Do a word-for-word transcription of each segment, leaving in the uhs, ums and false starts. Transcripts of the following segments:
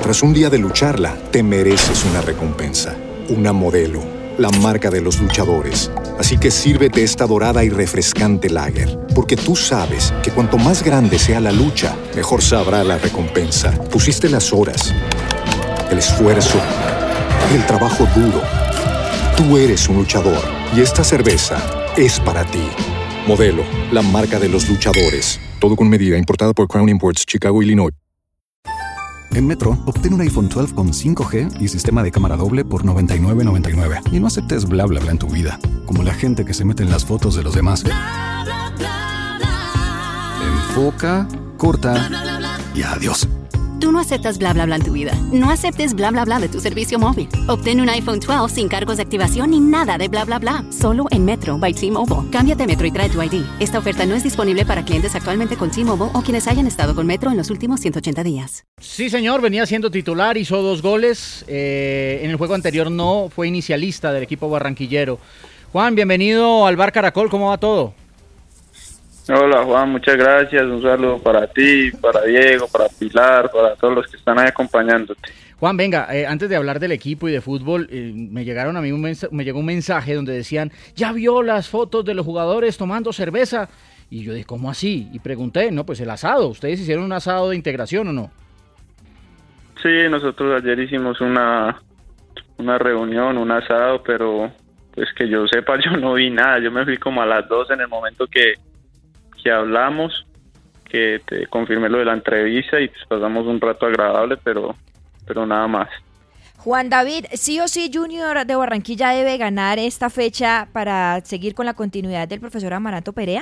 tras un día de lucharla, te mereces una recompensa, una Modelo, la marca de los luchadores. Así que sírvete esta dorada y refrescante lager, porque tú sabes que cuanto más grande sea la lucha, mejor sabrá la recompensa. Pusiste las horas, el esfuerzo, el trabajo duro. Tú eres un luchador y esta cerveza es para ti. Modelo, la marca de los luchadores. Todo con medida, importada por Crown Imports, Chicago, Illinois. En Metro, obtén un iPhone doce con cinco G y sistema de cámara doble por noventa y nueve noventa y nueve. Y no aceptes bla bla bla en tu vida, como la gente que se mete en las fotos de los demás. Bla, bla, bla, bla. Enfoca, corta y adiós. Tú no aceptas bla bla bla en tu vida. No aceptes bla bla bla de tu servicio móvil. Obtén un iPhone doce sin cargos de activación ni nada de bla bla bla. Solo en Metro by T-Mobile. Cámbiate a Metro y trae tu I D. Esta oferta no es disponible para clientes actualmente con T-Mobile o quienes hayan estado con Metro en los últimos ciento ochenta días. Sí, señor, venía siendo titular, hizo dos goles. Eh, en el juego anterior no, fue inicialista del equipo barranquillero. Juan, bienvenido al Bar Caracol, ¿cómo va todo? Hola Juan, muchas gracias, un saludo para ti, para Diego, para Pilar, para todos los que están ahí acompañándote. Juan, venga, eh, antes de hablar del equipo y de fútbol, eh, me llegaron a mí un mensaje, me llegó un mensaje donde decían, ya vio las fotos de los jugadores tomando cerveza, y yo dije, ¿cómo así? Y pregunté, no, pues el asado, ¿ustedes hicieron un asado de integración o no? Sí, nosotros ayer hicimos una, una reunión, un asado, pero pues que yo sepa, yo no vi nada, yo me fui como a las doce en el momento que que hablamos, que te confirmé lo de la entrevista y pues pasamos un rato agradable, pero, pero nada más. Juan David, sí o sí Junior de Barranquilla debe ganar esta fecha para seguir con la continuidad del profesor Amaranto Perea.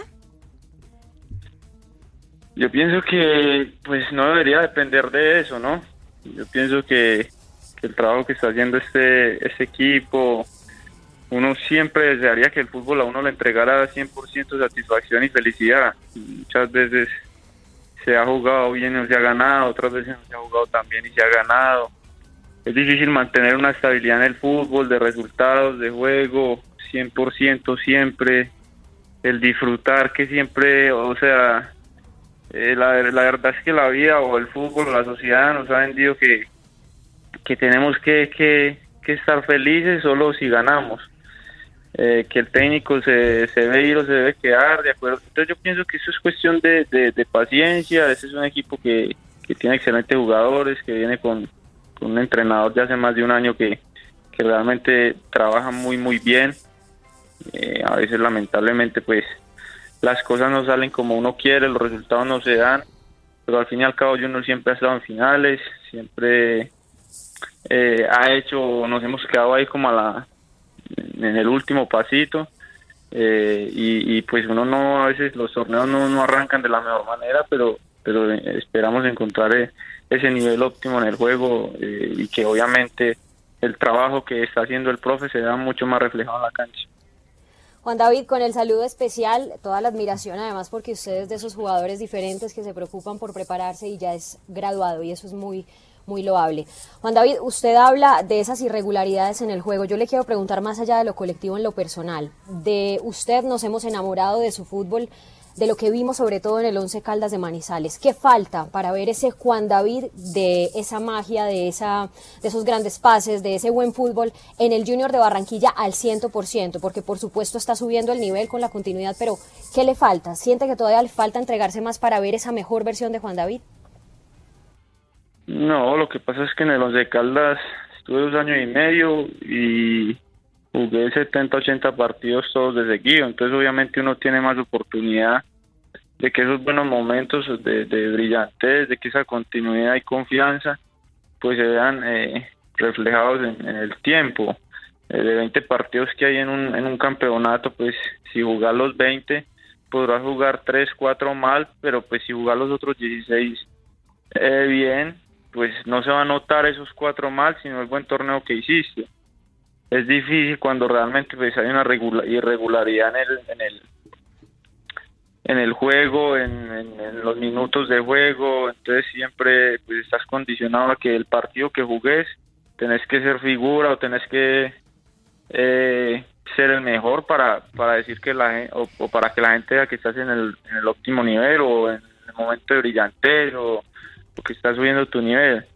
Yo pienso que pues no debería depender de eso, ¿no? Yo pienso que, que el trabajo que está haciendo este, este equipo, uno siempre desearía que el fútbol a uno le entregara cien por ciento satisfacción y felicidad. Muchas veces se ha jugado bien y no se ha ganado, otras veces no se ha jugado tan bien y se ha ganado. Es difícil mantener una estabilidad en el fútbol, de resultados, de juego, cien por ciento siempre. El disfrutar que siempre, o sea, eh, la, la verdad es que la vida o el fútbol o la sociedad nos ha vendido que, que tenemos que, que, que estar felices solo si ganamos. Eh, que el técnico se, se debe ir o se debe quedar, de acuerdo. Entonces yo pienso que eso es cuestión de, de, de paciencia. Ese es un equipo que, que tiene excelentes jugadores, que viene con, con un entrenador de hace más de un año que, que realmente trabaja muy muy bien. Eh, a veces lamentablemente pues las cosas no salen como uno quiere, los resultados no se dan, pero al fin y al cabo Junior siempre ha estado en finales, siempre eh, ha hecho, nos hemos quedado ahí como a la en el último pasito, eh, y, y pues uno no, a veces los torneos no, no arrancan de la mejor manera, pero pero esperamos encontrar eh, ese nivel óptimo en el juego, eh, y que obviamente el trabajo que está haciendo el profe se vea mucho más reflejado en la cancha. Juan David, con el saludo especial, toda la admiración además porque usted es de esos jugadores diferentes que se preocupan por prepararse y ya es graduado y eso es muy muy loable. Juan David, usted habla de esas irregularidades en el juego. Yo le quiero preguntar más allá de lo colectivo en lo personal. De usted nos hemos enamorado de su fútbol, de lo que vimos sobre todo en el Once Caldas de Manizales. ¿Qué falta para ver ese Juan David de esa magia, de esa, de esos grandes pases, de ese buen fútbol en el Junior de Barranquilla al cien por ciento? Porque por supuesto está subiendo el nivel con la continuidad, pero ¿qué le falta? ¿Siente que todavía le falta entregarse más para ver esa mejor versión de Juan David? No, lo que pasa es que en el Once Caldas estuve dos años y medio y jugué setenta, ochenta partidos todos de seguido, entonces obviamente uno tiene más oportunidad de que esos buenos momentos de, de brillantez, de que esa continuidad y confianza pues se vean eh, reflejados en, en el tiempo. Eh, de veinte partidos que hay en un, en un campeonato, pues si jugar los veinte podrás jugar tres, cuatro mal, pero pues si jugar los otros dieciséis eh, bien, pues no se va a notar esos cuatro mal, sino el buen torneo que hiciste. Es difícil cuando realmente pues hay una regula- irregularidad en el en el en el juego, en, en, en los minutos de juego, entonces siempre pues estás condicionado a que el partido que jugues tenés que ser figura o tenés que eh, ser el mejor para para decir que la gente, o, o para que la gente vea que estás en el, en el óptimo nivel o en el momento de brillantez o que estás subiendo tu nivel.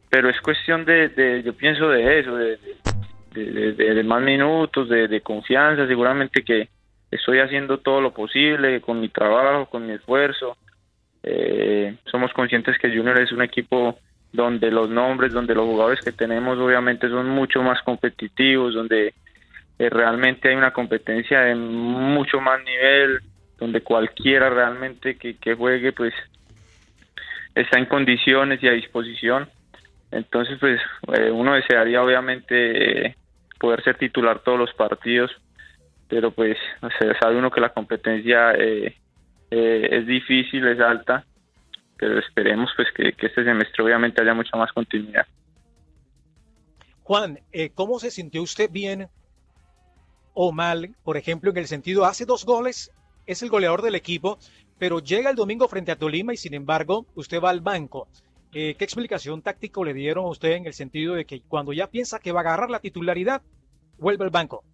pero es cuestión de, de yo pienso de eso, de, de, de, de, de más minutos, de, de confianza. Seguramente que estoy haciendo todo lo posible con mi trabajo, con mi esfuerzo. Eh, somos conscientes que Junior es un equipo donde los nombres, donde los jugadores que tenemos obviamente son mucho más competitivos, donde eh, realmente hay una competencia de mucho más nivel, donde cualquiera realmente que, que juegue pues está en condiciones y a disposición. Entonces pues eh, uno desearía obviamente eh, poder ser titular todos los partidos, pero pues o sea, sabe uno que la competencia eh, eh, es difícil, es alta, pero esperemos pues que, que este semestre obviamente haya mucha más continuidad. Juan, eh, ¿cómo se sintió usted, bien o mal, por ejemplo, en el sentido, hace dos goles, es el goleador del equipo, pero llega el domingo frente a Tolima y sin embargo usted va al banco? Eh, ¿Qué explicación táctico le dieron a usted en el sentido de que cuando ya piensa que va a agarrar la titularidad, vuelve al banco?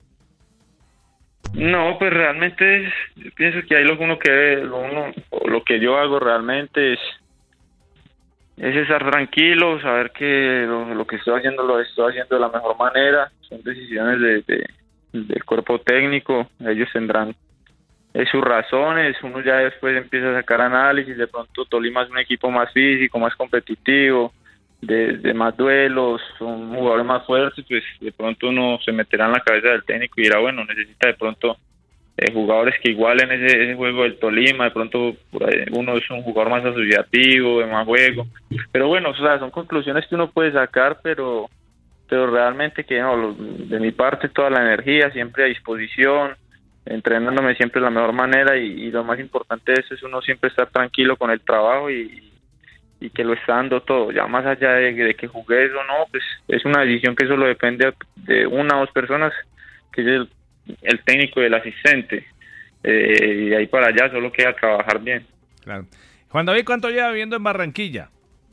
No, pues realmente es, yo pienso que ahí lo uno que lo uno o lo que yo hago realmente es es estar tranquilo, saber que lo, lo que estoy haciendo lo estoy haciendo de la mejor manera. Son decisiones de, de del cuerpo técnico, ellos tendrán eh, sus razones. Uno ya después empieza a sacar análisis. De pronto Tolima es un equipo más físico, más competitivo, de, de más duelos, son jugadores más fuertes, pues de pronto uno se meterá en la cabeza del técnico y dirá, bueno, necesita de pronto eh, jugadores que igualen ese, ese juego del Tolima. De pronto uno es un jugador más asociativo, de más juego, pero bueno, o sea, son conclusiones que uno puede sacar, pero pero realmente que no, de mi parte toda la energía, siempre a disposición, entrenándome siempre de la mejor manera, y, y lo más importante de eso es uno siempre estar tranquilo con el trabajo y y que lo está dando todo. Ya más allá de, de que jugué eso o no, pues es una decisión que solo depende de una o dos personas, que es el, el técnico y el asistente, eh, y de ahí para allá solo queda trabajar bien. Claro. Juan David, ¿cuánto lleva viviendo en Barranquilla?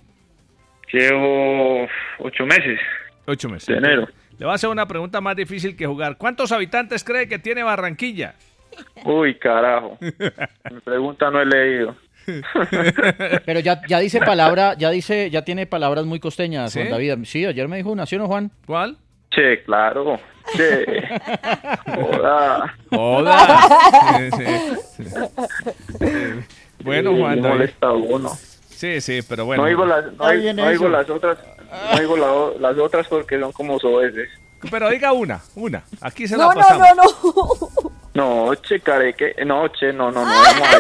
Llevo ocho meses. Ocho meses. De enero. Le voy a hacer una pregunta más difícil que jugar. ¿Cuántos habitantes cree que tiene Barranquilla? Uy, carajo. Mi pregunta no he leído. Pero ya, ya dice palabra, ya dice, ya tiene palabras muy costeñas, ¿Sí? Juan David. Sí, ayer me dijo una, ¿sí o no, Juan? ¿Cuál? Che, claro. Che. Joda. Joda. Sí, sí, sí. Eh, bueno, Sí, Juan me David. molesta a uno. Sí, sí, pero bueno. No digo las, no, Está hay- bien no digo eso. las otras, no digo la- las otras porque son como soeces. Pero diga una, una. Aquí se No, la no, pasamos. no, no. No, che, careque, no, che, no, no, no, vamos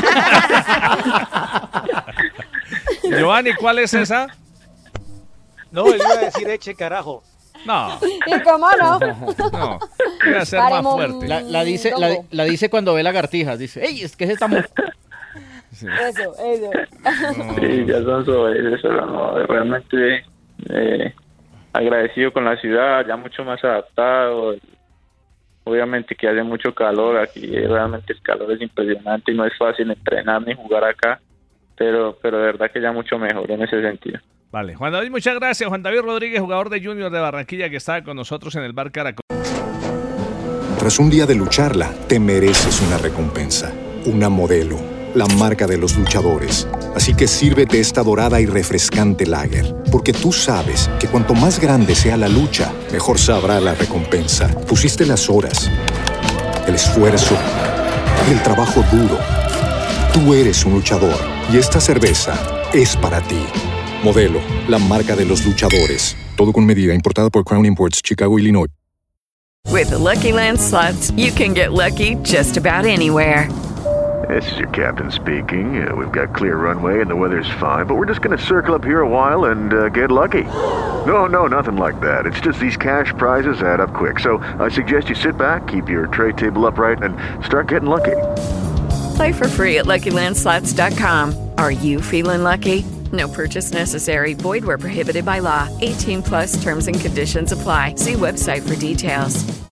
a ver. Giovanni, ¿cuál es esa? No, él iba a decir eche carajo. No, ¿Y cómo no? no. Voy a ser más Paremos. fuerte. La, la dice, la, la dice cuando ve lagartijas. Dice, ¡ey, es que es esta mu-". Eso, eso. Sí, ya son soeces, pero no, realmente eh, agradecido con la ciudad, ya mucho más adaptado. Obviamente que hace mucho calor aquí, eh, realmente el calor es impresionante y no es fácil entrenar ni jugar acá, pero pero de verdad que ya mucho mejor en ese sentido. Vale, Juan David, muchas gracias. Juan David Rodríguez, jugador de Junior de Barranquilla, que estaba con nosotros en el Bar Caracol. Tras un día de lucharla, te mereces una recompensa, una Modelo, la marca de los luchadores. Así que sírvete esta dorada y refrescante lager, porque tú sabes que cuanto más grande sea la lucha, mejor sabrá la recompensa. Pusiste las horas, el esfuerzo, el trabajo duro. Tú eres un luchador y esta cerveza es para ti. Modelo, la marca de los luchadores. Todo con medida, importada por Crown Imports, Chicago, Illinois. With the Lucky Land Slots, you can get lucky just about anywhere. This is your captain speaking. Uh, we've got clear runway and the weather's fine, but we're just going to circle up here a while and uh, get lucky. No, no, nothing like that. It's just these cash prizes add up quick. So I suggest you sit back, keep your tray table upright, and start getting lucky. Play for free at Lucky Land Slots dot com. Are you feeling lucky? No purchase necessary. Void where prohibited by law. eighteen plus terms and conditions apply. See website for details.